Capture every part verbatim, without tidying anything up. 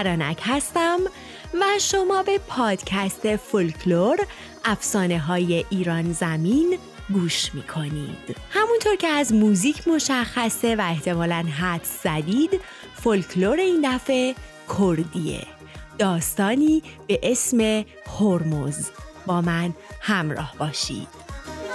فرانک هستم و شما به پادکست فولکلور افسانه های ایران زمین گوش می کنید. همونطور که از موزیک مشخصه و احتمالاً حدس زدید، فولکلور این دفعه کردیه، داستانی به اسم هرمز. با من همراه باشید.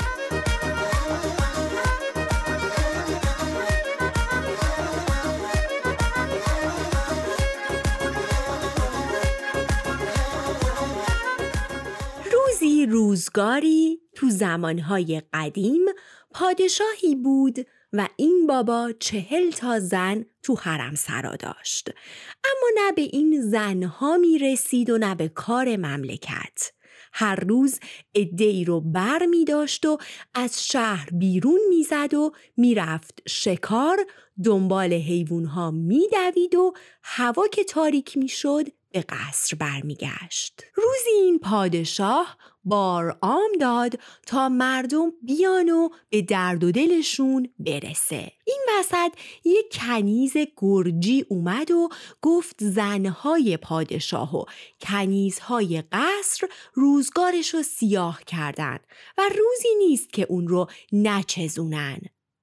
روزی روزگاری تو زمانهای قدیم پادشاهی بود و این بابا چهل تا زن تو حرم سرا داشت، اما نه به این زنها می رسید و نه به کار مملکت. هر روز عده‌ای رو بر می داشت و از شهر بیرون می زد و می رفت شکار، دنبال حیوانها می دوید و هوا که تاریک می شد به قصر برمیگشت. روزی این پادشاه بارعام داد تا مردم بیان و به درد و دلشون برسه. این وسط یک کنیز گرجی اومد و گفت زنهای پادشاه و کنیزهای قصر روزگارشو سیاه کردن و روزی نیست که اون رو نچزونن.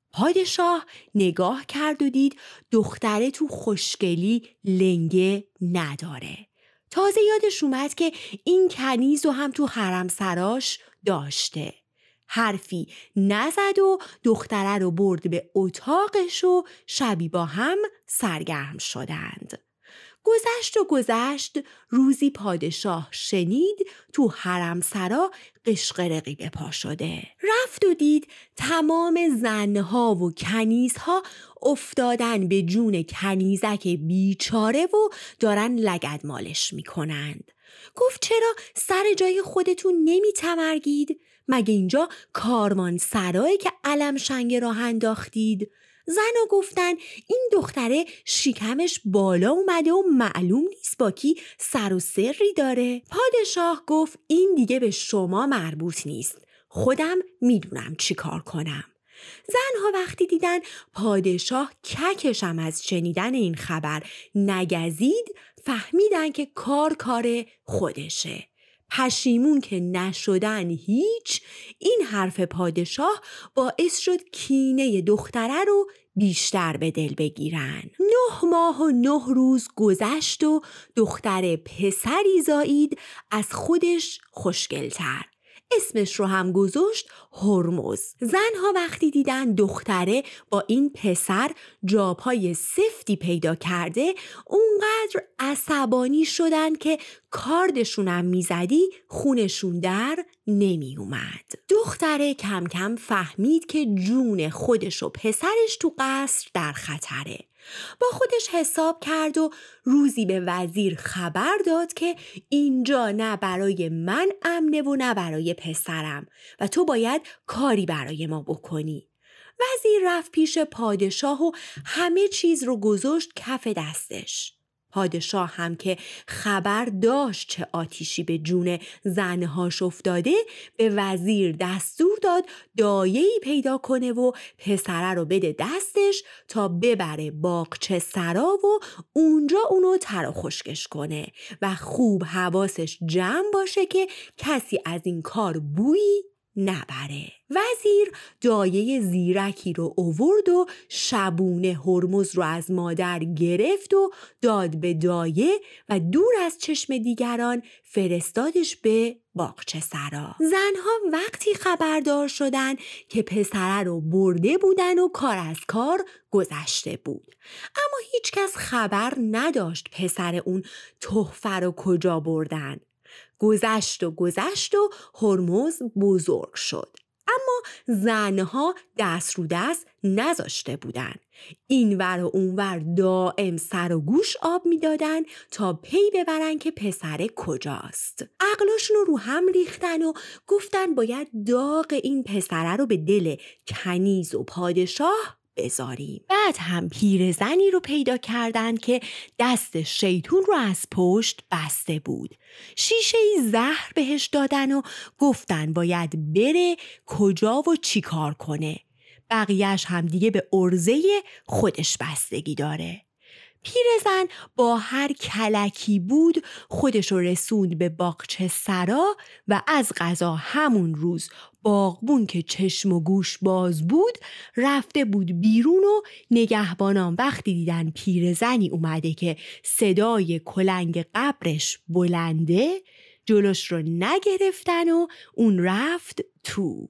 پادشاه نگاه کرد و دید دختره تو خوشگلی لنگه نداره. تازه یادش اومد که این کنیز رو هم تو حرم سراش داشته. حرفی نزد و دختره رو برد به اتاقش و شبی با هم سرگرم شدند. گذشت و گذشت، روزی پادشاه شنید تو حرم سرا قشقرقی به پا شده. رفت و دید تمام زنها و کنیزها افتادن به جون کنیزک بیچاره و دارن لگد مالش میکنند. گفت چرا سر جای خودتون نمی تمرگید؟ مگه اینجا کاروان سرایی که علم شنگ راه انداختید؟ زنها گفتن این دختره شکمش بالا اومده و معلوم نیست با کی سر و سری داره. پادشاه گفت این دیگه به شما مربوط نیست، خودم میدونم چی کار کنم. زنها وقتی دیدن پادشاه ککشم از شنیدن این خبر نگزید، فهمیدن که کار کار خودشه. پشیمون که نشدن هیچ، این حرف پادشاه باعث شد کینه دختره رو بیشتر به دل بگیرن. نه ماه و نه روز گذشت و دختر پسری زایید از خودش خوشگل‌تر. اسمش رو هم گذاشت هرمز. زنها وقتی دیدن دختره با این پسر جاپای سفتی پیدا کرده، اونقدر عصبانی شدن که کاردشونم میزدی خونشون در نمی اومد. دختره کم کم فهمید که جون خودش و پسرش تو قصر در خطره. با خودش حساب کرد و روزی به وزیر خبر داد که اینجا نه برای من امنه و نه برای پسرم و تو باید کاری برای ما بکنی. وزیر رفت پیش پادشاه و همه چیز رو گذاشت کف دستش. پادشاه هم که خبر داشت چه آتیشی به جون زنهاش افتاده، به وزیر دستور داد دایه‌ای پیدا کنه و پسره رو بده دستش تا ببره باغچه سرا و اونجا اونو تر و خشکش کنه و خوب حواسش جمع باشه که کسی از این کار بویی نبره. وزیر دایه زیرکی رو آورد و شبونه هرمز رو از مادر گرفت و داد به دایه و دور از چشم دیگران فرستادش به باغچه سرا. زنها وقتی خبردار شدن که پسره رو برده بودن و کار از کار گذشته بود، اما هیچ کس خبر نداشت پسر اون تحفه رو کجا بردن. گذشت و گذشت و هرمز بزرگ شد، اما زنها دست رو دست نذاشته بودن. اینور و اونور دائم سر و گوش آب میدادن تا پی ببرن که پسر کجاست. عقلشون رو هم ریختن و گفتن باید داغ این پسره رو به دل کنیز و پادشاه بذاریم. بعد هم پیرزنی رو پیدا کردن که دست شیطون رو از پشت بسته بود. شیشه زهر بهش دادن و گفتن باید بره کجا و چی کار کنه. بقیهش هم دیگه به عرضه خودش بستگی داره. پیرزن با هر کلکی بود خودش رو رسوند به باغچه سرا و از قضا همون روز باغبون که چشم و گوش باز بود رفته بود بیرون و نگهبانان وقتی دیدن پیرزنی اومده که صدای کلنگ قبرش بلنده جلوش رو نگرفتن و اون رفت تو.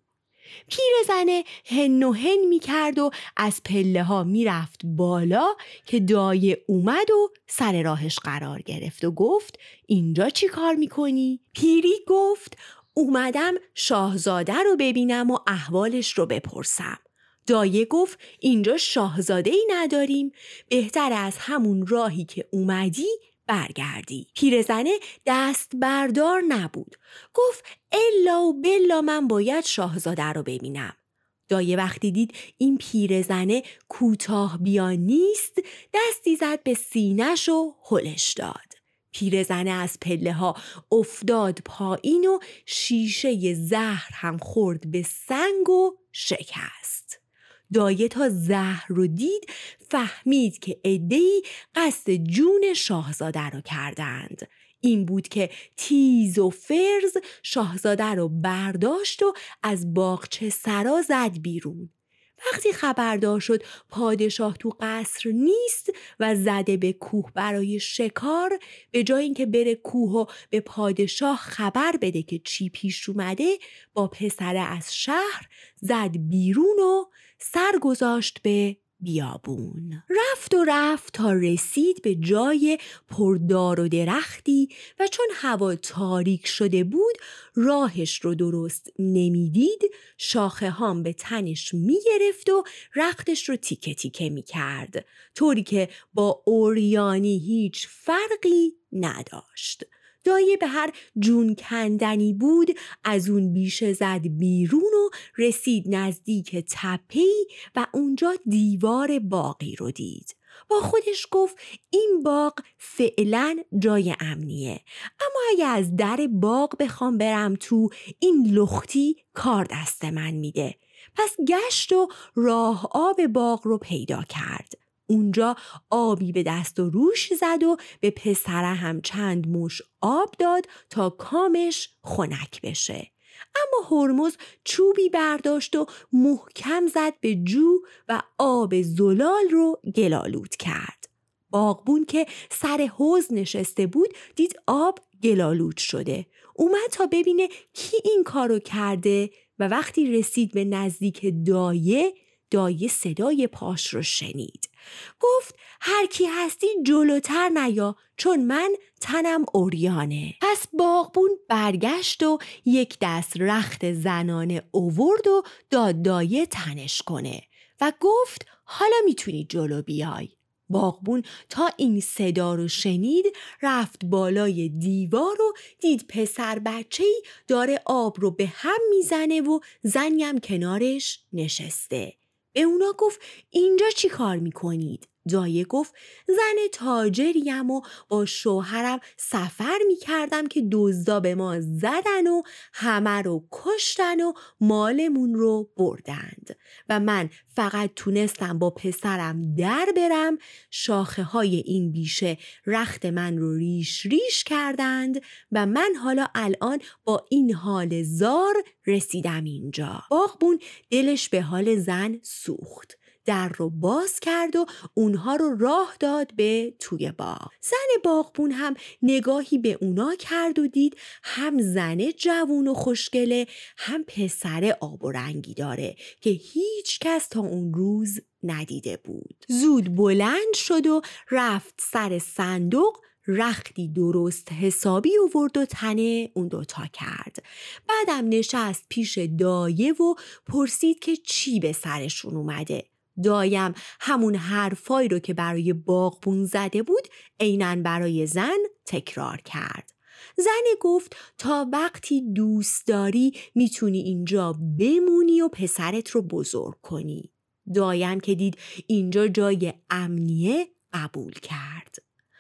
پیرزنه هن و هن می کرد و از پله ها می رفت بالا که دایه اومد و سر راهش قرار گرفت و گفت اینجا چی کار می کنی؟ پیری گفت اومدم شاهزاده رو ببینم و احوالش رو بپرسم. دایه گفت اینجا شاهزاده ای نداریم، بهتر از همون راهی که اومدی برگردی. پیرزنه دست بردار نبود، گفت الا و بلا من باید شاهزاده رو ببینم. دایه وقتی دید این پیرزنه کوتاه بیان نیست دستی زد به سینه‌ش و هلش داد. پیرزنه از پله ها افتاد پایین و شیشه زهر هم خورد به سنگ و شکست. دایه تا زهر رو دید فهمید که عده‌ای قصد جون شاهزاده رو کردند. این بود که تیز و فرز شاهزاده رو برداشت و از باغچه سرا زد بیرون. وقتی خبردار شد پادشاه تو قصر نیست و زده به کوه برای شکار، به جای اینکه بره کوه و به پادشاه خبر بده که چی پیش اومده، با پسره از شهر زد بیرون و سر گذاشت به بیابون. رفت و رفت تا رسید به جای پردار و درختی و چون هوا تاریک شده بود راهش رو درست نمیدید، شاخه هام به تنش میگرفت و رختش رو تیکه تیکه میکرد، طوری که با اوریانی هیچ فرقی نداشت. دایه به هر جون کندنی بود از اون بیشه زد بیرون و رسید نزدیک تپه‌ای و اونجا دیوار باغی رو دید. با خودش گفت این باغ فعلا جای امنیه، اما اگه از در باغ بخوام برم تو، این لختی کار دست من میده. پس گشت و راه آب باغ رو پیدا کرد. اونجا آبی به دست و روش زد و به پسره هم چند مش آب داد تا کامش خنک بشه. اما هرمز چوبی برداشت و محکم زد به جو و آب زلال رو گلالود کرد. باغبون که سر حوض نشسته بود دید آب گلالود شده. اومد تا ببینه کی این کارو کرده و وقتی رسید به نزدیک دایه، دایه صدای پاش رو شنید. گفت هر کی هستی جلوتر نیا، چون من تنم عریانه. پس باغبون برگشت و یک دست رخت زنانه اوورد و داد دایه تنش کنه و گفت حالا میتونی جلو بیای. باغبون تا این صدا رو شنید رفت بالای دیوار و دید پسر بچه‌ای داره آب رو به هم میزنه و زنیم کنارش نشسته. به اونا گفت اینجا چی کار میکنید؟ دایه گفت زن تاجریم و با شوهرم سفر میکردم که دزدا به ما زدن و همه رو کشتن و مالمون رو بردند و من فقط تونستم با پسرم در برم. شاخه های این بیشه رخت من رو ریش ریش کردند و من حالا الان با این حال زار رسیدم اینجا. باغبون دلش به حال زن سوخت، در رو باز کرد و اونها رو راه داد به توی باغ. زن باغبون هم نگاهی به اونا کرد و دید هم زن جوون و خوشگله، هم پسر آب و رنگی داره که هیچ کس تا اون روز ندیده بود. زود بلند شد و رفت سر صندوق، رختی درست حسابی آورد و تنه اون دوتا کرد. بعدم نشست پیش دایه و پرسید که چی به سرشون اومده. دایم همون حرفایی رو که برای باغبون زده بود عیناً برای زن تکرار کرد. زن گفت تا وقتی دوست داری میتونی اینجا بمونی و پسرت رو بزرگ کنی. دایم که دید اینجا جای امنیه قبول کرد.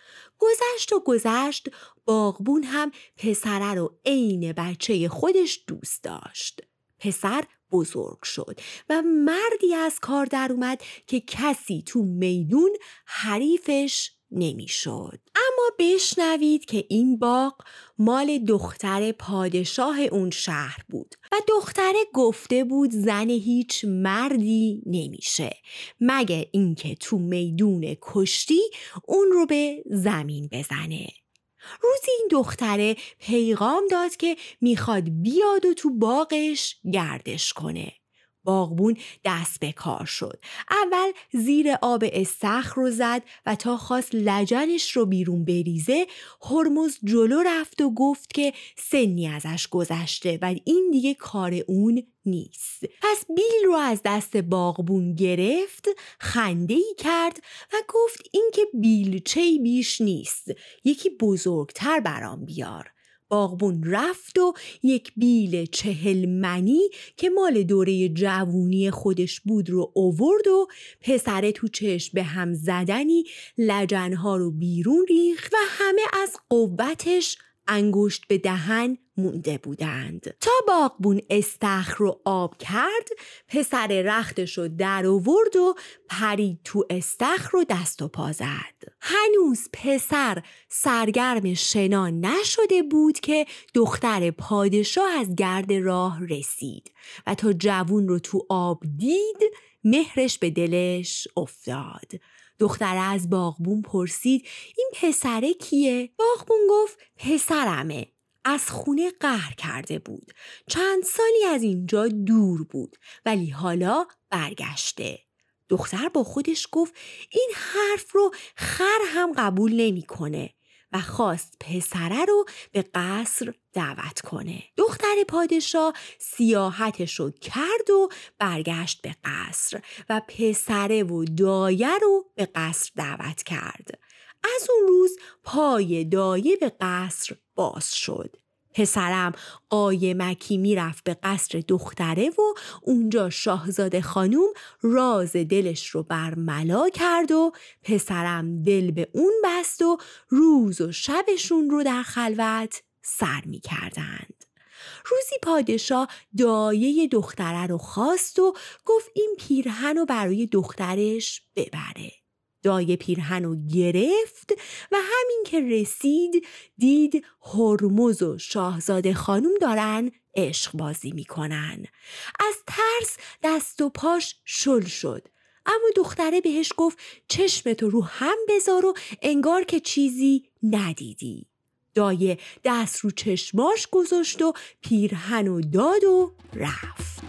گذشت و گذشت، باغبون هم پسره رو عین بچه خودش دوست داشت. پسر بزرگ شد و مردی از کار در اومد که کسی تو میدون حریفش نمیشد. اما بشنوید که این باغ مال دختر پادشاه اون شهر بود و دختره گفته بود زن هیچ مردی نمیشه مگه اینکه تو میدون کشتی اون رو به زمین بزنه. روزی این دختره پیغام داد که میخواد بیاد و تو باغش گردش کنه. باغبون دست به کار شد. اول زیر آب استخر رو زد و تا خواست لجنش رو بیرون بریزه، هرمز جلو رفت و گفت که سنی ازش گذشته و این دیگه کار اون نیست. پس بیل رو از دست باغبون گرفت، خنده‌ای کرد و گفت این که بیلچه‌ای بیش نیست، یکی بزرگتر برام بیار. باغبون رفت و یک بیل چهل منی که مال دوره جوونی خودش بود رو آورد و پسره تو چشم به هم زدنی لجنها رو بیرون ریخت و همه از قوتش انگشت به دهن مونده بودند. تا باغبون استخر رو آب کرد، پسر رختش رو در آورد و پرید تو استخر رو دست و پا زد. هنوز پسر سرگرم شنا نشده بود که دختر پادشاه از گرد راه رسید و تا جوون رو تو آب دید مهرش به دلش افتاد. دختره از باغبون پرسید این پسره کیه؟ باغبون گفت پسرمه. از خونه قهر کرده بود. چند سالی از اینجا دور بود ولی حالا برگشته. دختر با خودش گفت این حرف رو خر هم قبول نمی‌کنه و خواست پسره رو به قصر دعوت کنه. دختر پادشاه سیاحتش رو کرد و برگشت به قصر و پسره و دایه رو به قصر دعوت کرد. از اون روز پای دایه به قصر باز شد. پسرم قایمکی میرفت به قصر دختره و اونجا شاهزاده خانوم راز دلش رو برملا کرد و پسرم دل به اون بست و روز و شبشون رو در خلوت سر می کردند. روزی پادشاه دایه دختره رو خواست و گفت این پیرهن رو برای دخترش ببره. دایه پیرهن رو گرفت و همین که رسید دید هرمز و شاهزاده خانوم دارن عشق بازی میکنن. از ترس دست و پاش شل شد. اما دختره بهش گفت چشمتو رو هم بذار و انگار که چیزی ندیدی. دایه دست رو چشماش گذاشت و پیرهن رو داد و رفت.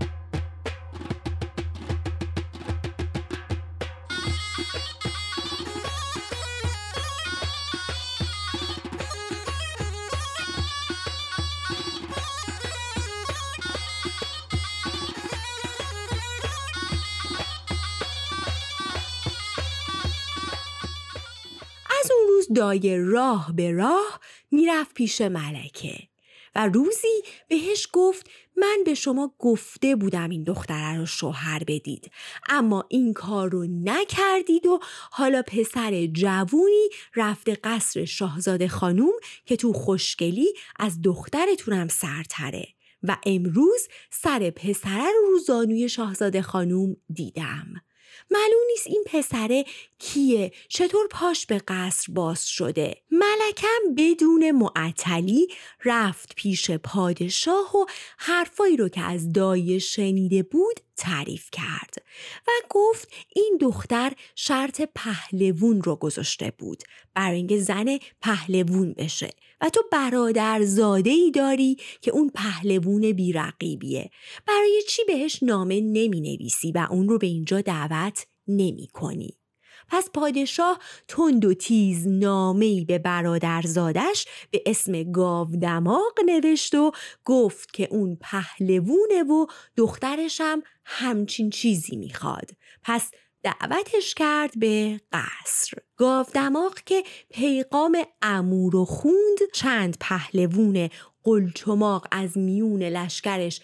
از اون روز دایه راه به راه میرفت پیش ملکه و روزی بهش گفت من به شما گفته بودم این دختره رو شوهر بدید اما این کار رو نکردید و حالا پسر جوونی رفته قصر شاهزاده خانوم که تو خوشگلی از دخترتونم سرتره و امروز سر پسره رو رو زانوی شاهزاده خانوم دیدم. معلوم نیست این پسره کیه، چطور پاش به قصر باز شده. ملکم بدون معطلی رفت پیش پادشاه و حرفایی رو که از دایه شنیده بود تعریف کرد و گفت این دختر شرط پهلوون رو گذاشته بود برای اینکه زن پهلوون بشه و تو برادرزاده‌ای داری که اون پهلوون بی‌رقیبیه. برای چی بهش نامه نمی نویسی و اون رو به اینجا دعوت نمی کنی؟ پس پادشاه تند و تیز نامه‌ای به برادرزادش به اسم گاودماغ نوشت و گفت که اون پهلوونه و دخترش هم همچین چیزی میخواد. پس دعوتش کرد به قصر. گاودماغ که پیغام عمو رو خوند، چند پهلوون قلچماق از میون لشکرش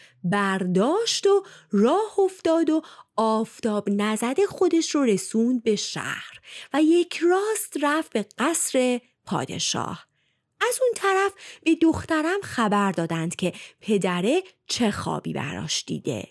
برداشت و راه افتاد و آفتاب نزده خودش رو رسوند به شهر و یک راست رفت به قصر پادشاه. از اون طرف به دخترم خبر دادند که پدره چه خوابی براش دیده.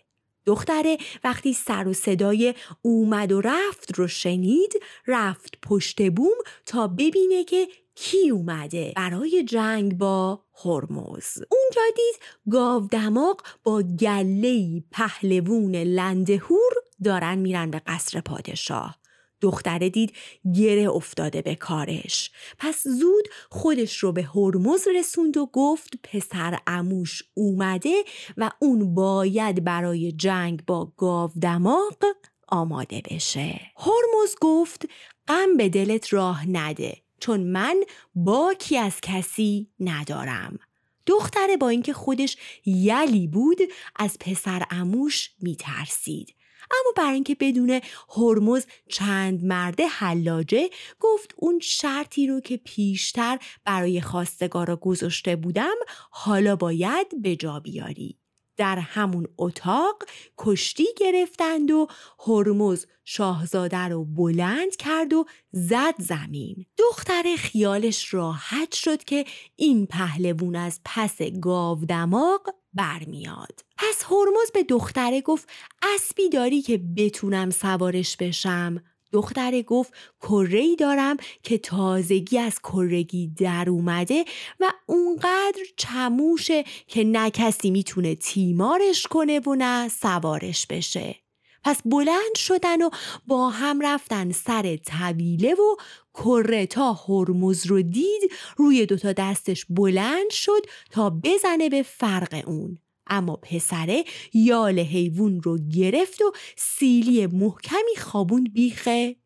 دختره وقتی سر و صدای اومد و رفت رو شنید، رفت پشت بوم تا ببینه که کی اومده برای جنگ با هرمز. اونجا دید گاودماغ با گله‌ای پهلوون لندهور دارن میرن به قصر پادشاه. دختره دید گره افتاده به کارش، پس زود خودش رو به هرمز رسوند و گفت پسر عموش اومده و اون باید برای جنگ با گاودماغ آماده بشه. هرمز گفت غم به دلت راه نده، چون من باکی از کسی ندارم. دختره با اینکه خودش یلی بود از پسر عموش میترسید، اما برای اینکه بدونه هرمز چند مرده حلاجه، گفت اون شرطی رو که پیشتر برای خواستگارا گذاشته بودم حالا باید به جا بیاری. در همون اتاق کشتی گرفتند و هرمز شاهزاده رو بلند کرد و زد زمین. دختر خیالش راحت شد که این پهلوون از پس گاودماغ برمیاد. پس هرمز به دختره گفت اسبی داری که بتونم سوارش بشم؟ دختره گفت کره‌ای دارم که تازگی از کرگی در اومده و اونقدر چموشه که نه کسی میتونه تیمارش کنه و نه سوارش بشه. پس بلند شدن و با هم رفتن سر طویله و کره تا هرمز رو دید روی دوتا دستش بلند شد تا بزنه به فرق اون، اما پسره یال حیوان رو گرفت و سیلی محکمی خوابوند بیخ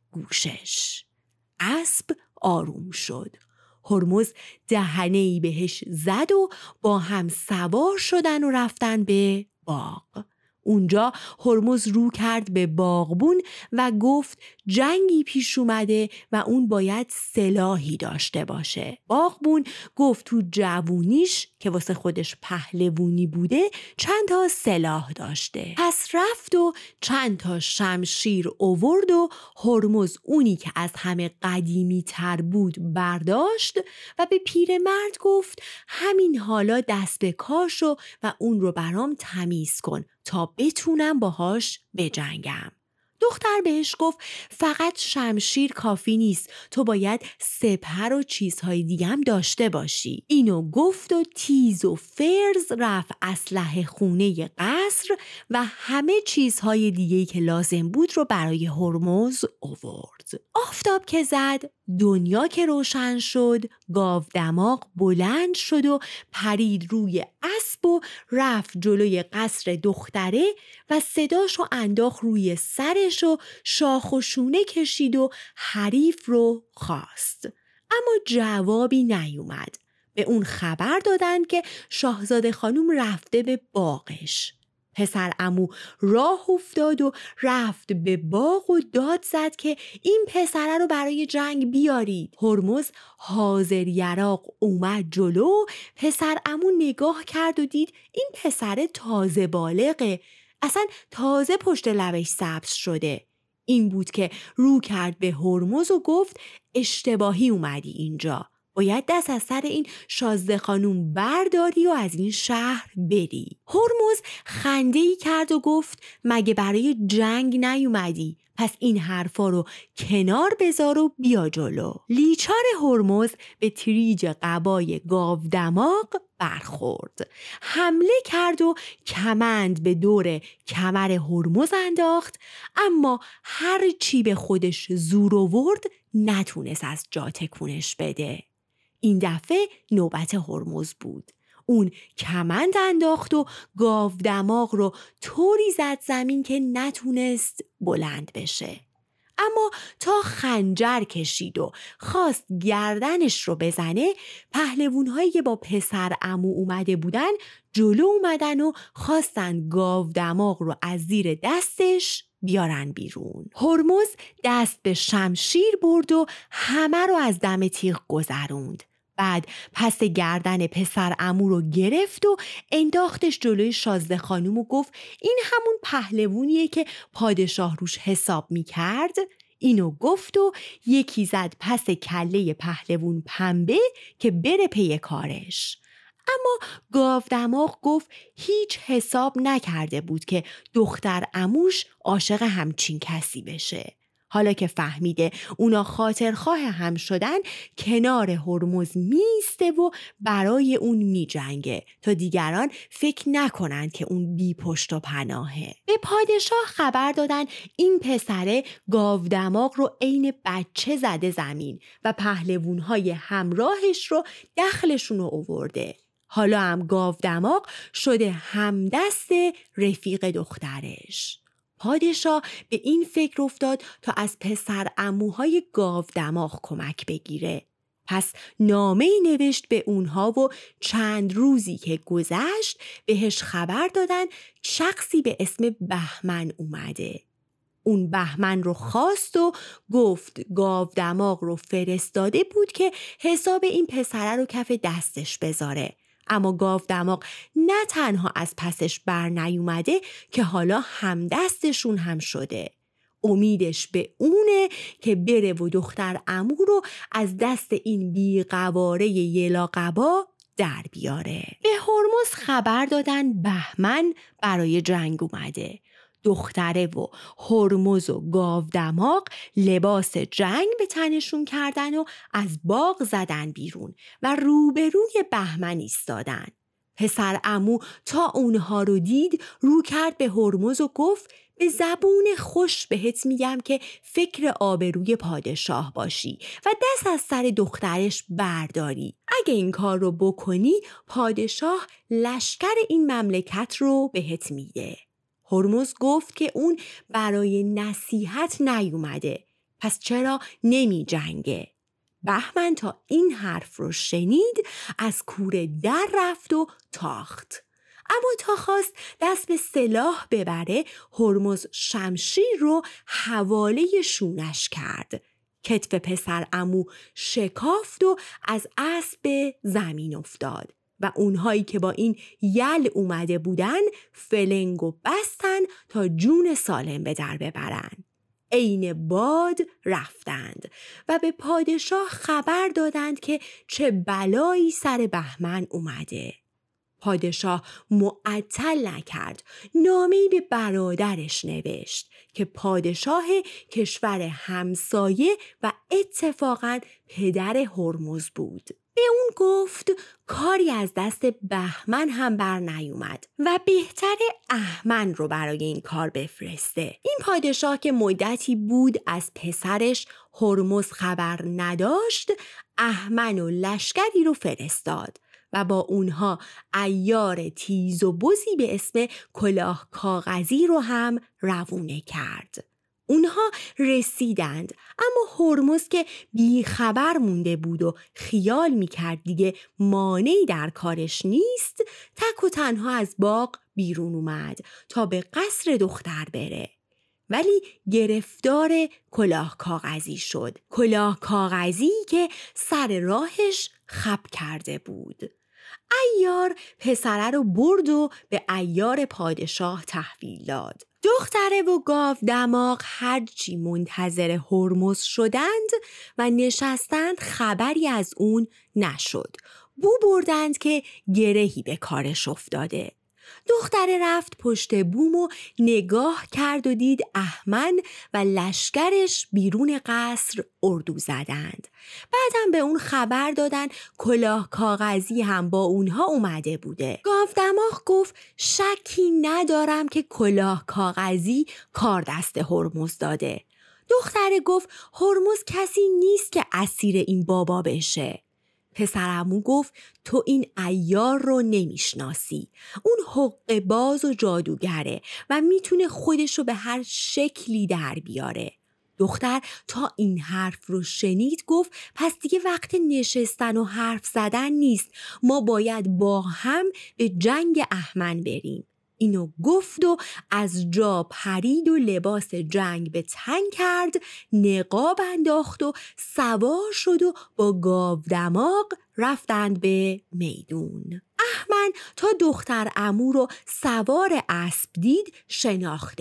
گوشش. اسب آروم شد. هرمز دهنه‌ای بهش زد و با هم سوار شدن و رفتن به باغ. اونجا هرمز رو کرد به باغبون و گفت جنگی پیش اومده و اون باید سلاحی داشته باشه. باغبون گفت تو جوونیش که واسه خودش پهلوونی بوده چند تا سلاح داشته. پس رفت و چند تا شمشیر آورد و هرمز اونی که از همه قدیمی تر بود برداشت و به پیرمرد گفت همین حالا دست به کار شو و اون رو برام تمیز کن تا بتونم باهاش بجنگم. دختر بهش گفت فقط شمشیر کافی نیست، تو باید سپر و چیزهای دیگه هم داشته باشی. اینو گفت و تیز و فرز رفت اسلحه خونه قصر و همه چیزهای دیگه‌ای که لازم بود رو برای هرمز آورد. آفتاب که زد، دنیا که روشن شد، گاودماغ بلند شد و پرید روی اسب و رفت جلوی قصر دختره و صداشو انداخت روی سرش و شاخ و شونه کشید و حریف رو خواست، اما جوابی نیومد. به اون خبر دادند که شاهزاده خانم رفته به باغش. پسر عمو راه افتاد و رفت به باغ و داد زد که این پسره رو برای جنگ بیارید. هرمز حاضر یراق اومد جلو. پسر عمو نگاه کرد و دید این پسره تازه بالغه، اصلا تازه پشت لبش سبز شده. این بود که رو کرد به هرمز و گفت اشتباهی اومدی اینجا، باید دست از سر این شازده خانوم برداری و از این شهر بری. هرمز خنده‌ای کرد و گفت مگه برای جنگ نیومدی؟ پس این حرفا رو کنار بذار و بیا جلو. لیچار هرمز به تریج قبای گاودماغ برخورد، حمله کرد و کمند به دور کمر هرمز انداخت، اما هر چی به خودش زور آورد نتونست از جا تکونش بده. این دفعه نوبت هرمز بود. اون کمند انداخت و گاودماغ رو طوری زد زمین که نتونست بلند بشه. اما تا خنجر کشید و خواست گردنش رو بزنه، پهلوون‌هایی که با پسر عمو اومده بودن جلو اومدن و خواستن گاودماغ رو از زیر دستش بیارن بیرون. هرمز دست به شمشیر برد و همه رو از دم تیغ گذروند. بعد پس گردن پسر عمو رو گرفت و انداختش جلوی شازده خانوم و گفت این همون پهلوونیه که پادشاه روش حساب می کرد؟ اینو گفت و یکی زد پس کله پهلوون پنبه که بره پی کارش. اما گاودماغ گفت هیچ حساب نکرده بود که دختر عموش عاشق همچین کسی بشه. حالا که فهمیده اونا خاطرخواه هم شدن، کنار هرمز میسته و برای اون میجنگه تا دیگران فکر نکنن که اون بی پشت و پناهه. به پادشاه خبر دادن این پسره گاودماغ رو عین بچه زده زمین و پهلوونهای همراهش رو دخلشون رو آورده. حالا هم گاودماغ شده همدست رفیق دخترش. پادشاه به این فکر افتاد تا از پسر عموهای گاودماغ کمک بگیره. پس نامه‌ای نوشت به اونها و چند روزی که گذشت بهش خبر دادن شخصی به اسم بهمن اومده. اون بهمن رو خواست و گفت گاودماغ رو فرستاده بود که حساب این پسره رو کف دستش بذاره. اما گاودماغ نه تنها از پسش بر نیومده که حالا همدستشون هم شده. امیدش به اونه که بره و دختر عمو رو از دست این بیقواره یلاقبا در بیاره. به هرمز خبر دادن بهمن برای جنگ اومده. دختره و هرمز و گاودماغ لباس جنگ به تنشون کردن و از باغ زدن بیرون و روبروی بهمن ایستادن. پسر عمو تا اونها رو دید رو کرد به هرمز و گفت به زبون خوش بهت میگم که فکر آبروی پادشاه باشی و دست از سر دخترش برداری. اگه این کار رو بکنی پادشاه لشکر این مملکت رو بهت میده. هرمز گفت که اون برای نصیحت نیومده، پس چرا نمی جنگه؟ بهمن تا این حرف رو شنید از کوره در رفت و تاخت. اما تا خواست دست به سلاح ببره، هرمز شمشیر رو حواله شونش کرد. کتف پسر عمو شکافت و از اسب به زمین افتاد و اونهایی که با این یل اومده بودن فلنگو بستن تا جون سالم به در ببرن. عین باد رفتند و به پادشاه خبر دادند که چه بلایی سر بهمن اومده. پادشاه معطل نکرد، نامه‌ای به برادرش نوشت که پادشاه کشور همسایه و اتفاقاً پدر هرمز بود. به اون گفت کاری از دست بهمن هم بر نیومد و بهتر اهمن رو برای این کار بفرسته. این پادشاه که مدتی بود از پسرش هرمز خبر نداشت، اهمن و لشکری رو فرستاد و با اونها عیار تیز و بزی به اسم کلاه کاغذی رو هم روونه کرد. اونها رسیدند، اما هرمز که بیخبر مونده بود و خیال میکرد دیگه مانعی در کارش نیست، تک و تنها از باغ بیرون اومد تا به قصر دختر بره. ولی گرفتار کلاه کاغذی شد. کلاه کاغذی که سر راهش خب کرده بود. عیار پسره رو برد و به عیار پادشاه تحویل داد. دختره و گاودماغ هرچی منتظر هرمز شدند و نشستند خبری از اون نشد. بو بردند که گرهی به کارش افتاده. دختره رفت پشت بوم و نگاه کرد و دید اهمن و لشکرش بیرون قصر اردو زدند. بعدم به اون خبر دادن کلاه کاغذی هم با اونها اومده بوده. گاودماغ گفت شکی ندارم که کلاه کاغذی کار دست هرمز داده. دختره گفت هرمز کسی نیست که اسیر این بابا بشه. پسرعمو گفت تو این عیار رو نمیشناسی. اون حقه باز و جادوگره و میتونه خودشو به هر شکلی در بیاره. دختر تا این حرف رو شنید گفت پس دیگه وقت نشستن و حرف زدن نیست. ما باید با هم به جنگ اهمن بریم. اینو گفت و از جا پرید و لباس جنگ به تن کرد، نقاب انداخت و سوار شد و با گاودماغ رفتند به میدون. اهمن تا دختر عمو رو سوار اسب دید شناختش.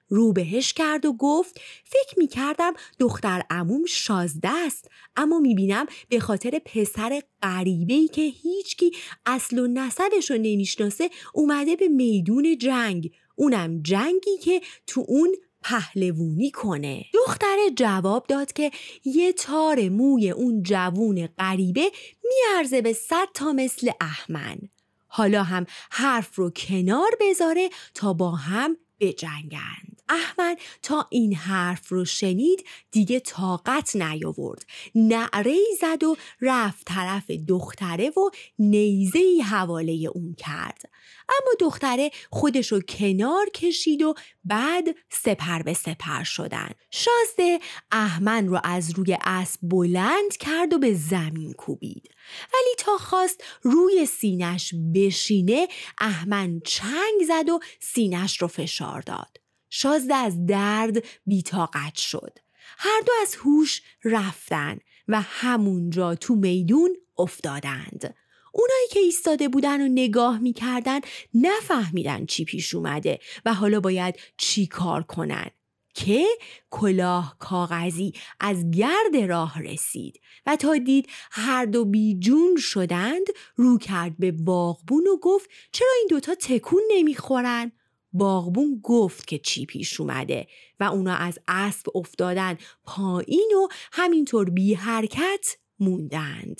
رو بهش کرد و گفت فکر می کردم دختر عموم شازده است، اما می بینم به خاطر پسر غریبه‌ای که هیچکی اصل و نسبش رو نمیشناسه اومده به میدون جنگ، اونم جنگی که تو اون پهلوونی کنه. دختره جواب داد که یه تار موی اون جوون غریبه میارزه به صد تا مثل اهمن. حالا هم حرف رو کنار بذاره تا با هم بجنگند. اهمن تا این حرف رو شنید دیگه طاقت نیاورد، نعره‌ای زد و رفت طرف دختره و نیزه‌ای حواله اون کرد. اما دختره خودشو کنار کشید و بعد سپر به سپر شدن. شازده اهمن رو از روی اسب بلند کرد و به زمین کوبید، ولی تا خواست روی سینش بشینه اهمن چنگ زد و سینش رو فشار داد. شازده از درد بی‌طاقت شد. هر دو از هوش رفتن و همونجا تو میدون افتادند. اونایی که ایستاده بودن و نگاه میکردن نفهمیدن چی پیش اومده و حالا باید چی کار کنن که کلاه کاغذی از گرد راه رسید و تا دید هر دو بی جون شدند رو کرد به باغبون و گفت چرا این دوتا تکون نمیخورن؟ باغبون گفت که چی پیش اومده و اونا از اسب افتادن پایین و همینطور بی حرکت موندند.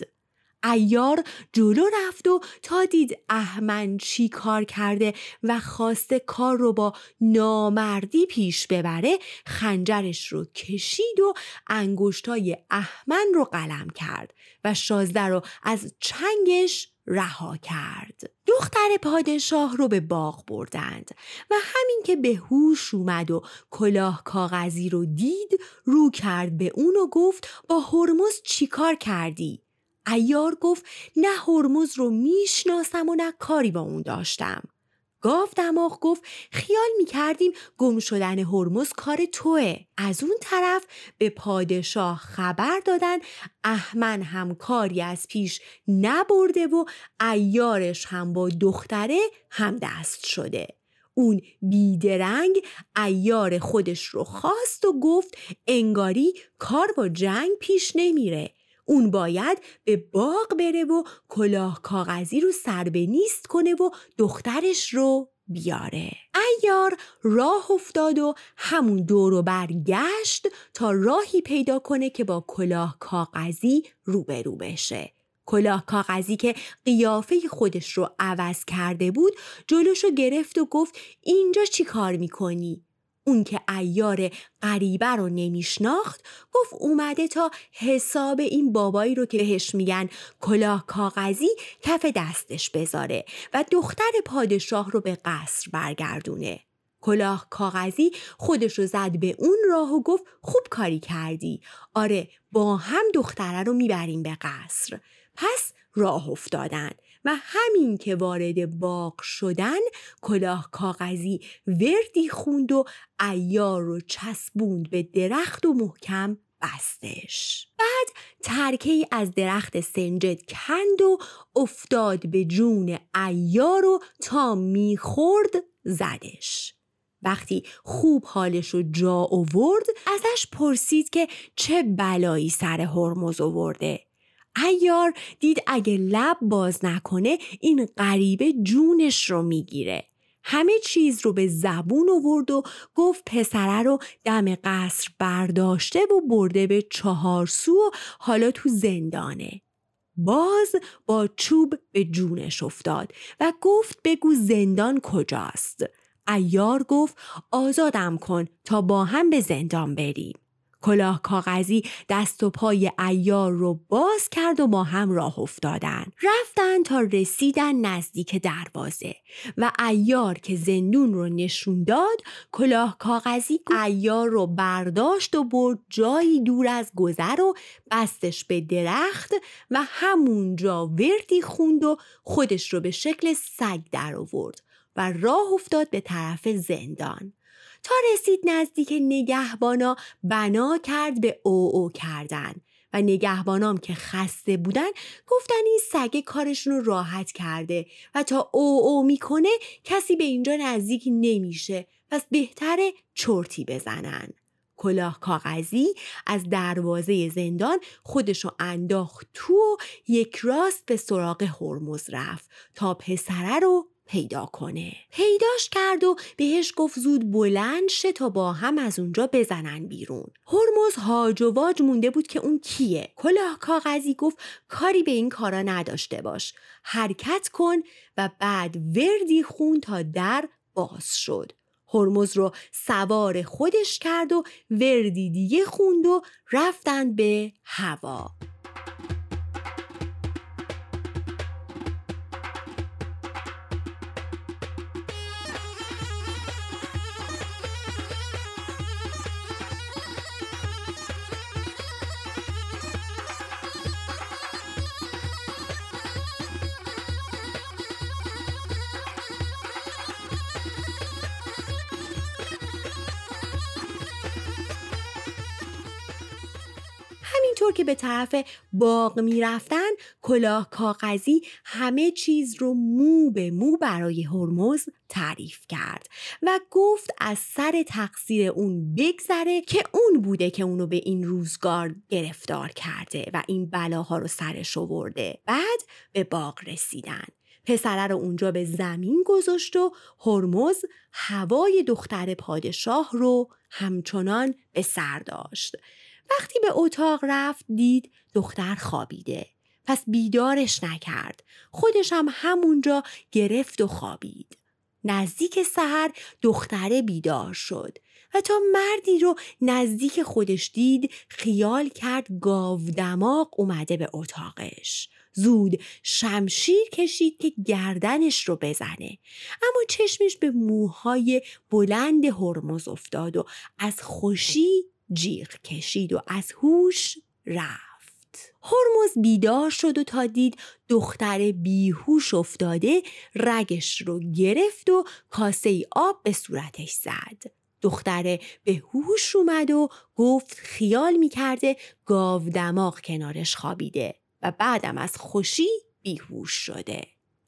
عیار جلو رفت و تا دید اهمن چی کار کرده و خواسته کار رو با نامردی پیش ببره، خنجرش رو کشید و انگشتای اهمن رو قلم کرد و شازده رو از چنگش رها کرد. دختر پادشاه رو به باغ بردند و همین که به هوش اومد و کلاه کاغذی رو دید رو کرد به اون و گفت با هرمز چی کار کردی؟ عیار گفت نه هرمز رو میشناسم و نه کاری با اون داشتم. گاو دماغ گفت خیال میکردیم گم شدن هرمز کار توه. از اون طرف به پادشاه خبر دادن اهمن هم کاری از پیش نبرده و عیارش هم با دختره هم دست شده. اون بیدرنگ عیار خودش رو خواست و گفت انگاری کار با جنگ پیش نمیره. اون باید به باغ بره و کلاه کاغذی رو سر به نیست کنه و دخترش رو بیاره. عیار راه افتاد و همون دور و برگشت تا راهی پیدا کنه که با کلاه کاغذی روبرو بشه. کلاه کاغذی که قیافه خودش رو عوض کرده بود جلوشو گرفت و گفت اینجا چی کار میکنی؟ اون که عیار غریبه رو نمیشناخت گفت اومده تا حساب این بابایی رو که بهش میگن کلاه کاغذی کف دستش بذاره و دختر پادشاه رو به قصر برگردونه. کلاه کاغذی خودش رو زد به اون راه و گفت خوب کاری کردی. آره با هم دختره رو میبریم به قصر. پس راه افتادن و همین که وارد باغ شدن کلاه کاغذی وردی خوند و عیار رو چسبوند به درخت و محکم بستش. بعد ترکه‌ای از درخت سنجد کند و افتاد به جون عیار و تا میخورد زدش. وقتی خوب حالش رو جا آورد ازش پرسید که چه بلایی سر هرمز آورده. عیار دید اگه لب باز نکنه این غریبه جونش رو میگیره. همه چیز رو به زبون آورد و گفت پسره رو دم قصر برداشته و برده به چهارسو و حالا تو زندانه. باز با چوب به جونش افتاد و گفت بگو زندان کجاست؟ عیار گفت آزادم کن تا با هم به زندان بریم. کلاه کاغذی دست و پای عیار رو باز کرد و با هم راه افتادن. رفتن تا رسیدن نزدیک دروازه و عیار که زندون رو نشون داد کلاه کاغذی عیار رو برداشت و برد جایی دور از گذر و بستش به درخت و همونجا وردی خوند و خودش رو به شکل سگ در آورد و راه افتاد به طرف زندان. تا رسید نزدیک نگهبانا بنا کرد به او او کردن و نگهبانام که خسته بودن گفتن این سگ کارشون رو راحت کرده و تا او او میکنه کسی به اینجا نزدیک نمیشه پس بهتره چرتی بزنن. کلاه کاغذی از دروازه زندان خودشو انداخت تو و یک راست به سراغ هرمز رفت تا پسره رو پیدا کنه. پیداش کرد و بهش گفت زود بلند شه تا با هم از اونجا بزنن بیرون. هرمز هاج و واج مونده بود که اون کیه. کلاه کاغذی گفت کاری به این کارا نداشته باش، حرکت کن، و بعد وردی خون تا در باز شد. هرمز رو سوار خودش کرد و وردی دیگه خوند و رفتن به هوا. همینطور که به طرف باغ می رفتن، کلاه کاغذی همه چیز رو مو به مو برای هرمز تعریف کرد و گفت از سر تقصیر اون بگذره که اون بوده که اونو به این روزگار گرفتار کرده و این بلاها رو سرش آورده. بعد به باغ رسیدن. پسره رو اونجا به زمین گذاشت و هرمز هوای دختر پادشاه رو همچنان به سر داشت. وقتی به اتاق رفت دید دختر خوابیده. پس بیدارش نکرد. خودش هم همونجا گرفت و خوابید. نزدیک سحر دختره بیدار شد و تا مردی رو نزدیک خودش دید خیال کرد گاودماغ اومده به اتاقش. زود شمشیر کشید که گردنش رو بزنه، اما چشمش به موهای بلند هرمز افتاد و از خوشی جیغ کشید و از هوش رفت. هرمز بیدار شد و تا دید دختر بیهوش افتاده رگش رو گرفت و کاسه ای آب به صورتش زد. دختر به هوش اومد و گفت خیال میکرده گاودماغ کنارش خوابیده و بعدم از خوشی بیهوش شده.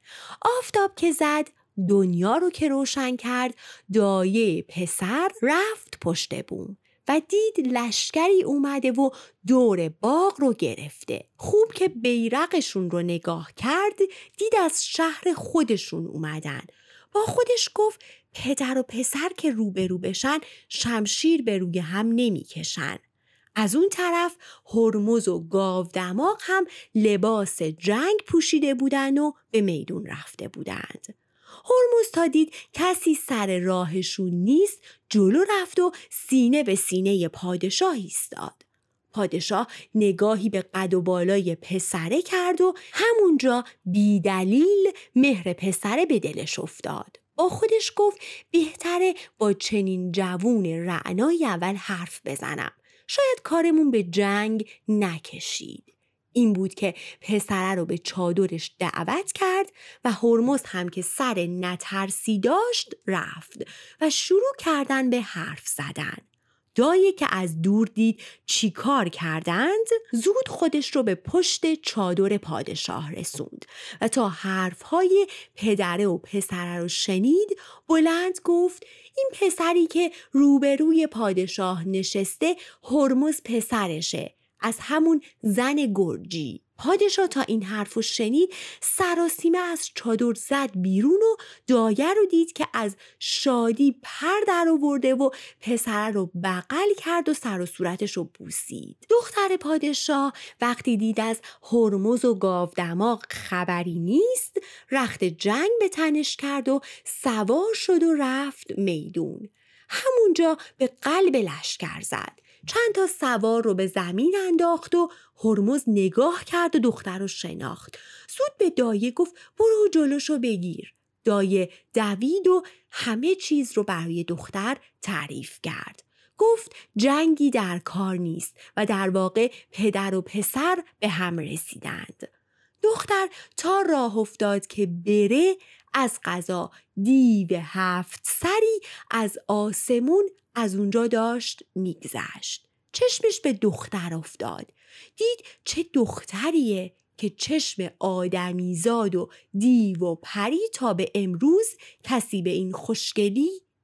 آفتاب که زد دنیا رو که روشن کرد، دایه پسر رفت پشت بوم و دید لشکری اومده و دور باغ رو گرفته. خوب که بیرقشون رو نگاه کرد دید از شهر خودشون اومدن. با خودش گفت پدر و پسر که روبرو بشن شمشیر به روی هم نمی کشن. از اون طرف هرمز و گاودماغ هم لباس جنگ پوشیده بودن و به میدون رفته بودند. هرمز تا دید کسی سر راهشون نیست جلو رفت و سینه به سینه پادشاه ایستاد. پادشاه نگاهی به قد و بالای پسره کرد و همونجا بی دلیل مهر پسره به دلش افتاد. با خودش گفت بهتره با چنین جوون رعنایی اول حرف بزنم. شاید کارمون به جنگ نکشید. این بود که پسره رو به چادرش دعوت کرد و هرمز هم که سر نترسی داشت رفت و شروع کردن به حرف زدن. دایه که از دور دید چی کار کردند زود خودش رو به پشت چادر پادشاه رسوند و تا حرفهای پدره و پسره رو شنید بلند گفت این پسری که روبروی پادشاه نشسته هرمز پسرشه، از همون زن گرجی. پادشاه تا این حرفو شنید سراسیمه از چادر زد بیرون و دایه رو دید که از شادی پر در آورده و پسره رو بغل کرد و سر و صورتش رو بوسید. دختر پادشاه وقتی دید از هرمز و گاودماغ خبری نیست رخت جنگ به تنش کرد و سوار شد و رفت میدون. همونجا به قلب لشکر زد. چند تا سوار رو به زمین انداخت و هرمز نگاه کرد و دختر رو شناخت. زود به دایه گفت برو جلوشو بگیر. دایه دوید و همه چیز رو برای دختر تعریف کرد. گفت جنگی در کار نیست و در واقع پدر و پسر به هم رسیدند. دختر تا راه افتاد که بره از قضا دیو هفت سری از آسمون از اونجا داشت میگذشت. چشمش به دختر افتاد. دید چه دختریه که چشم آدمیزاد و دیو و پری تا به امروز کسی به این خوشگلی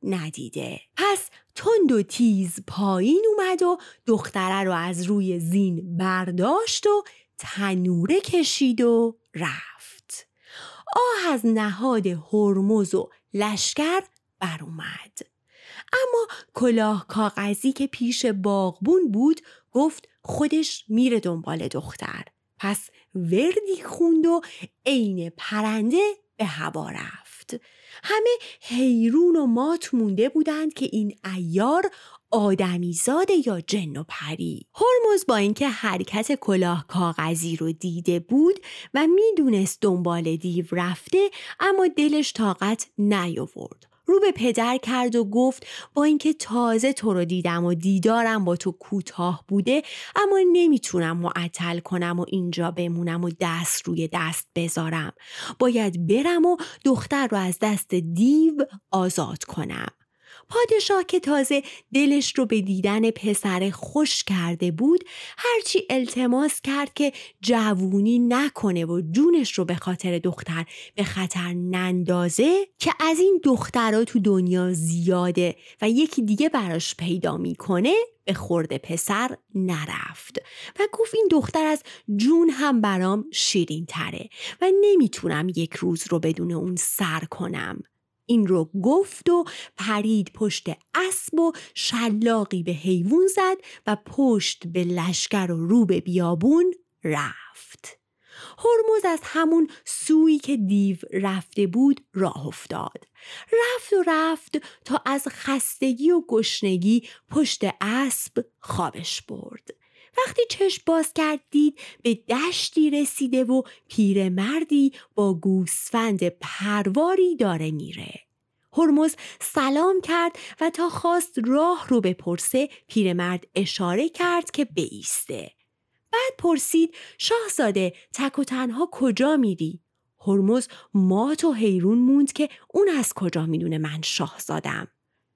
ندیده. پس تند و تیز پایین اومد و دختره رو از روی زین برداشت و تنوره کشید و رفت. آه از نهاد هرمز و لشکر بر اومد. اما کلاه کاغذی که پیش باغبون بود گفت خودش میره دنبال دختر. پس وردی خوند و عین پرنده به هوا رفت. همه حیرون و مات مونده بودند که این عیار آدمیزاده یا جن و پری. هرمز با اینکه حرکت کلاه کاغذی رو دیده بود و میدونست دنبال دیو رفته، اما دلش طاقت نیاورد. رو به پدر کرد و گفت با اینکه تازه تو رو دیدم و دیدارم با تو کوتاه بوده، اما نمیتونم معطل کنم و اینجا بمونم و دست روی دست بذارم. باید برم و دختر رو از دست دیو آزاد کنم. پادشاه که تازه دلش رو به دیدن پسر خوش کرده بود، هرچی التماس کرد که جوونی نکنه و جونش رو به خاطر دختر به خطر نندازه که از این دخترها تو دنیا زیاده و یکی دیگه براش پیدا میکنه، به خورد پسر نرفت و گفت این دختر از جون هم برام شیرین تره و نمیتونم یک روز رو بدون اون سر کنم. این رو گفت و پرید پشت اسب و شلاقی به حیوان زد و پشت به لشکر و رو به بیابون رفت. هرمز از همون سویی که دیو رفته بود راه افتاد. رفت و رفت تا از خستگی و گشنگی پشت اسب خوابش برد. وقتی چشم باز کرد دید به دشتی رسیده و پیرمردی با گوسفند پرواری داره میره. هرمز سلام کرد و تا خواست راه رو بپرسه، پیرمرد اشاره کرد که بایسته. بعد پرسید شاهزاده تک و تنها کجا میری؟ هرمز مات و حیرون موند که اون از کجا میدونه من شاهزادم.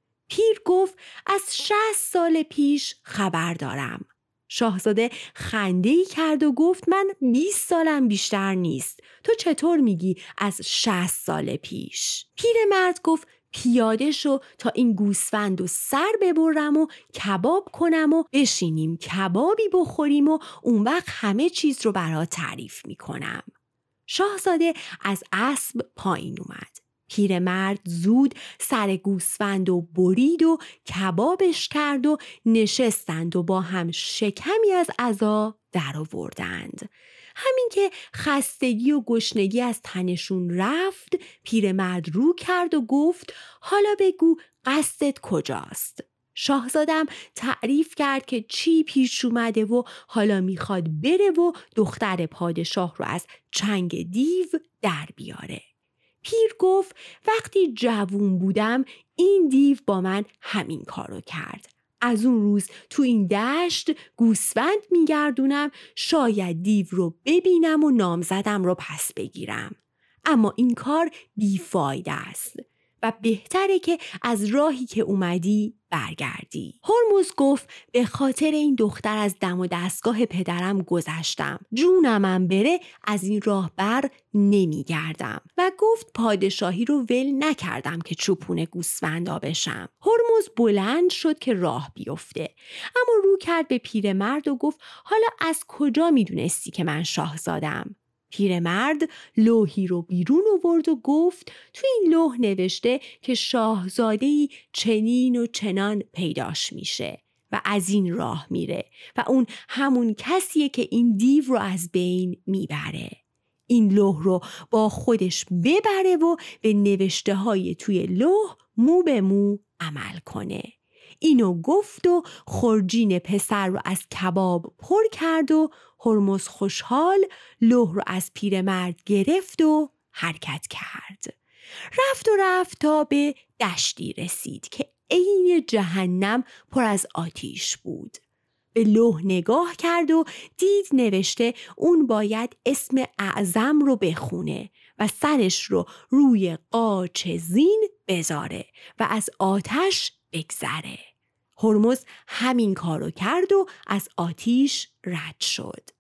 پیر گفت از شصت سال پیش خبر دارم. شاهزاده خنده‌ای کرد و گفت من بیست سالم بیشتر نیست. تو چطور میگی از شصت سال پیش؟ پیرمرد گفت پیاده شو تا این گوسفند و سر ببرم و کباب کنم و بشینیم کبابی بخوریم و اون وقت همه چیز رو برات تعریف میکنم. شاهزاده از اسب پایین اومد. پیرمرد زود سر گوسفند و برید و کبابش کرد و نشستند و با هم شکمی از عزا در آوردند. همین که خستگی و گشنگی از تنشون رفت، پیرمرد رو کرد و گفت حالا بگو قصدت کجاست؟ شاهزادم تعریف کرد که چی پیش اومده و حالا میخواد بره و دختر پادشاه رو از چنگ دیو در بیاره. پیر گفت وقتی جوون بودم این دیو با من همین کارو کرد. از اون روز تو این دشت گوسفند میگردونم، شاید دیو رو ببینم و نامزدم رو پس بگیرم. اما این کار بیفایده است و بهتره که از راهی که اومدی برگردی. هرمز گفت به خاطر این دختر از دم و دستگاه پدرم گذشتم. جونمم بره از این راه بر نمیگردم و گفت پادشاهی رو ول نکردم که چوپون گوسفندا بشم. هرمز بلند شد که راه بیفته، اما رو کرد به پیرمرد و گفت حالا از کجا میدونستی که من شاهزادم؟ پیرمرد لوحی رو بیرون آورد و گفت تو این لوح نوشته که شاهزاده‌ای چنین و چنان پیداش میشه و از این راه میره و اون همون کسیه که این دیو رو از بین میبره. این لوح رو با خودش ببره و به نوشته های توی لوح مو به مو عمل کنه. اینو گفت و خورجین پسر رو از کباب پر کرد و هرمز خوشحال لوح رو از پیرمرد گرفت و حرکت کرد. رفت و رفت تا به دشتی رسید که عین جهنم پر از آتیش بود. به لوح نگاه کرد و دید نوشته اون باید اسم اعظم رو بخونه و سرش رو روی قاچ زین بذاره و از آتش بگذره. هرمز همین کارو کرد و از آتیش رد شد.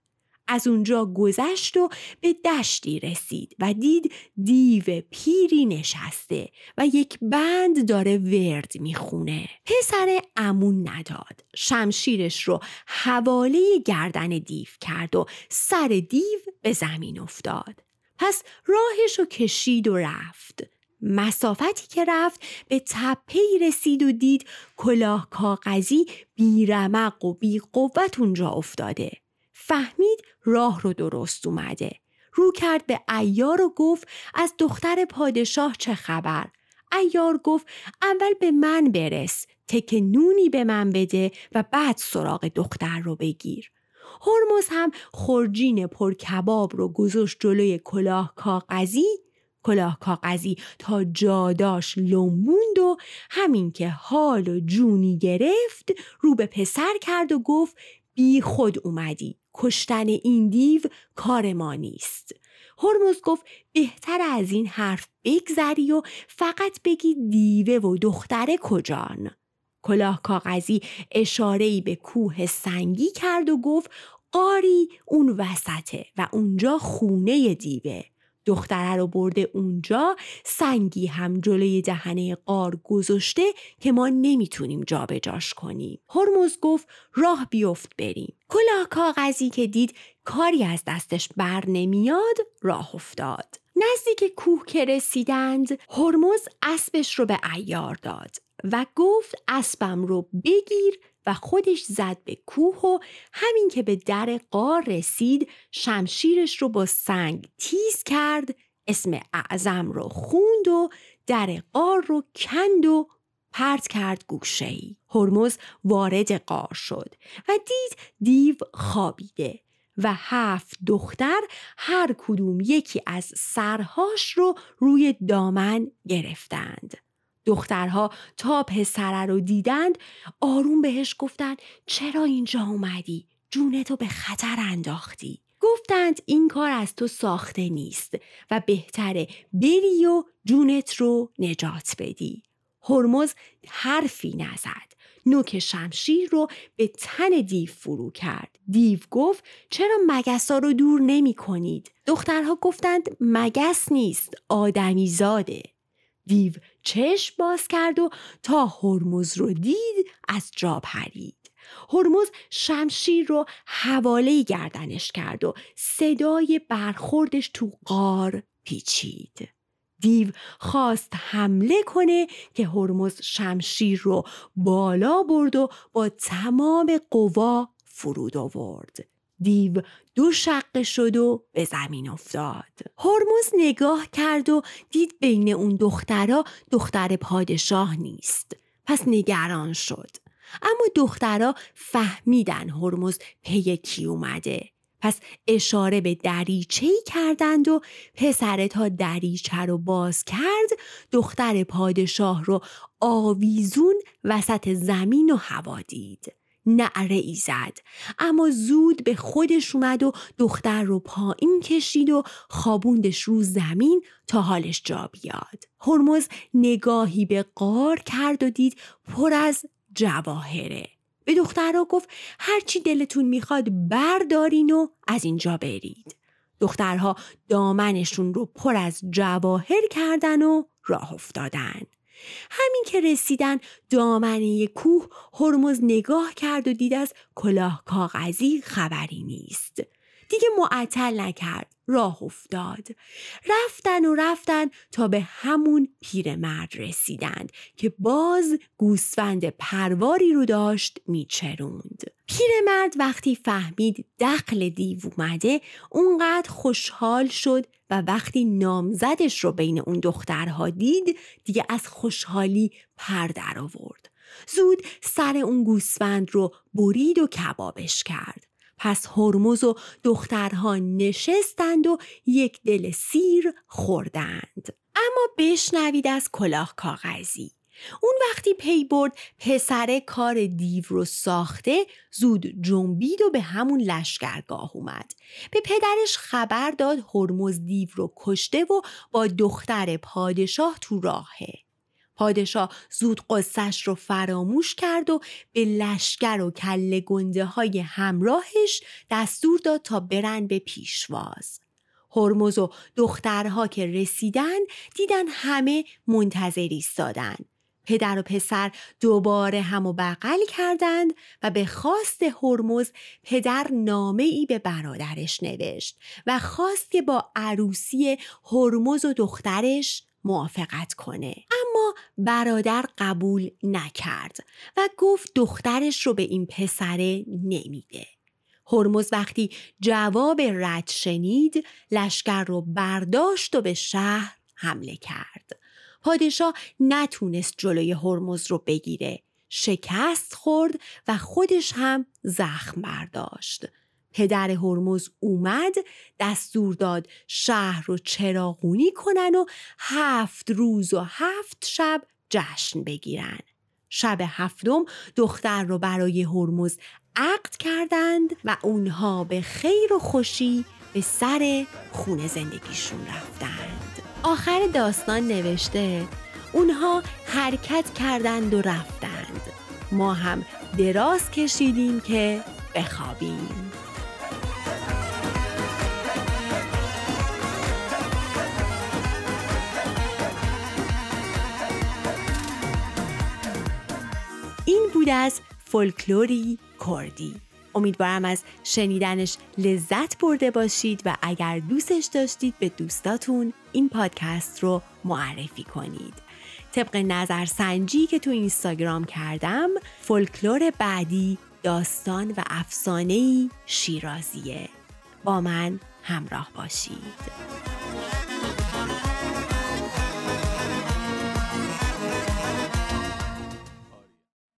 از اونجا گذشت و به دشتی رسید و دید دیو پیری نشسته و یک بند داره ورد میخونه. پسر امون نداد. شمشیرش رو حواله گردن دیو کرد و سر دیو به زمین افتاد. پس راهش رو کشید و رفت. مسافتی که رفت به تپه‌ای رسید و دید کلاه کاغذی بی رمق و بی قوت اونجا افتاده. فهمید راه رو درست اومده. رو کرد به عیار و گفت از دختر پادشاه چه خبر؟ عیار گفت اول به من برس، تک نونی به من بده و بعد سراغ دختر رو بگیر. هرمز هم خورجین پر کباب رو گذاشت جلوی کلاه کاغذی. کلاه کاغذی تا جاداش لنبوند و همین که حال و جونی گرفت رو به پسر کرد و گفت بی خود اومدی. کشتن این دیو کار ما نیست. هرمز گفت بهتر از این حرف بگذری و فقط بگی دیوه و دختره کجان. کلاه کاغذی اشاره‌ای به کوه سنگی کرد و گفت غاری اون وسطه و اونجا خونه دیوه. دختره رو برده اونجا، سنگی هم جلوی دهنه غار گذاشته که ما نمیتونیم جا به جاش کنیم. هرمز گفت راه بیفت بریم. کلاه کاغذی که دید کاری از دستش بر نمیاد راه افتاد. نزدیک کوه که رسیدند هرمز اسبش رو به عیار داد و گفت اسبم رو بگیر و خودش زد به کوه و همین که به در غار رسید شمشیرش رو با سنگ تیز کرد، اسم اعظم رو خوند و در غار رو کند و پرت کرد گوشه‌ای. هرمز وارد غار شد و دید دیو خوابیده و هفت دختر هر کدوم یکی از سرهاش رو روی دامن گرفتند. دخترها تا پسره رو دیدند آروم بهش گفتند چرا اینجا اومدی؟ جونتو به خطر انداختی. گفتند این کار از تو ساخته نیست و بهتره بری و جونت رو نجات بدی. هرمز حرفی نزد. نوک شمشیر رو به تن دیو فرو کرد. دیو گفت چرا مگسا رو دور نمی کنید؟ دخترها گفتند مگس نیست، آدمی زاده. دیو چشم باز کرد و تا هرمز رو دید از جا پرید. هرمز شمشیر رو حواله گردنش کرد و صدای برخوردش تو غار پیچید. دیو خواست حمله کنه که هرمز شمشیر رو بالا برد و با تمام قوا فرود آورد. دیو دو شقه شد و به زمین افتاد. هرمز نگاه کرد و دید بین اون دخترها دختر پادشاه نیست. پس نگران شد. اما دخترها فهمیدن هرمز پی کی اومده. پس اشاره به دریچه‌ای کردند و پسر تا دریچه رو باز کرد دختر پادشاه رو آویزون وسط زمین و هوا دید. نعره ای زد اما زود به خودش اومد و دختر رو پایین کشید و خوابوندش رو زمین تا حالش جا بیاد. هرمز نگاهی به غار کرد و دید پر از جواهره. به دخترها گفت هرچی دلتون میخواد بردارین و از اینجا برید. دخترها دامنشون رو پر از جواهر کردن و راه افتادن. همین که رسیدن دامنه کوه هرمز نگاه کرد و دید از کلاه کاغذی خبری نیست. دیگه معطل نکرد، راه افتاد. رفتن و رفتن تا به همون پیرمرد رسیدند که باز گوسفند پرواری رو داشت میچروند. پیرمرد وقتی فهمید دخل دیو اومده اونقدر خوشحال شد و وقتی نامزدش رو بین اون دخترها دید دیگه از خوشحالی پر در آورد. زود سر اون گوسفند رو برید و کبابش کرد. پس هرمز و دخترها نشستند و یک دل سیر خوردند. اما بشنوید از کلاه کاغذی. اون وقتی پی برد پسر کار دیو رو ساخته زود جنبید و به همون لشکرگاه اومد. به پدرش خبر داد هرمز دیو رو کشته و با دختر پادشاه تو راهه. پادشاه زود قصه‌اش رو فراموش کرد و به لشکر و کله گنده های همراهش دستور داد تا برن به پیشواز. هرمز و دخترها که رسیدن دیدن همه منتظر ایستادن. پدر و پسر دوباره هم و بغل کردند و به خواست هرمز پدر نامه ای به برادرش نوشت و خواست که با عروسی هرمز و دخترش موافقت کنه. اما برادر قبول نکرد و گفت دخترش رو به این پسره نمیده. هرمز وقتی جواب رد شنید لشکر رو برداشت و به شهر حمله کرد. پادشاه نتونست جلوی هرمز رو بگیره. شکست خورد و خودش هم زخم برداشت. پدر هرمز اومد دستور داد شهر رو چراغونی کنن و هفت روز و هفت شب جشن بگیرن. شب هفتم دختر رو برای هرمز عقد کردند و اونها به خیر و خوشی به سر خونه زندگیشون رفتند. آخر داستان نوشته اونها حرکت کردند و رفتند. ما هم دراز کشیدیم که بخوابیم. این بود از فولکلوری کردی. امیدوارم از شنیدنش لذت برده باشید و اگر دوستش داشتید به دوستاتون این پادکست رو معرفی کنید. طبق نظرسنجی که تو اینستاگرام کردم فولکلور بعدی داستان و افسانه‌ای شیرازیه. با من همراه باشید.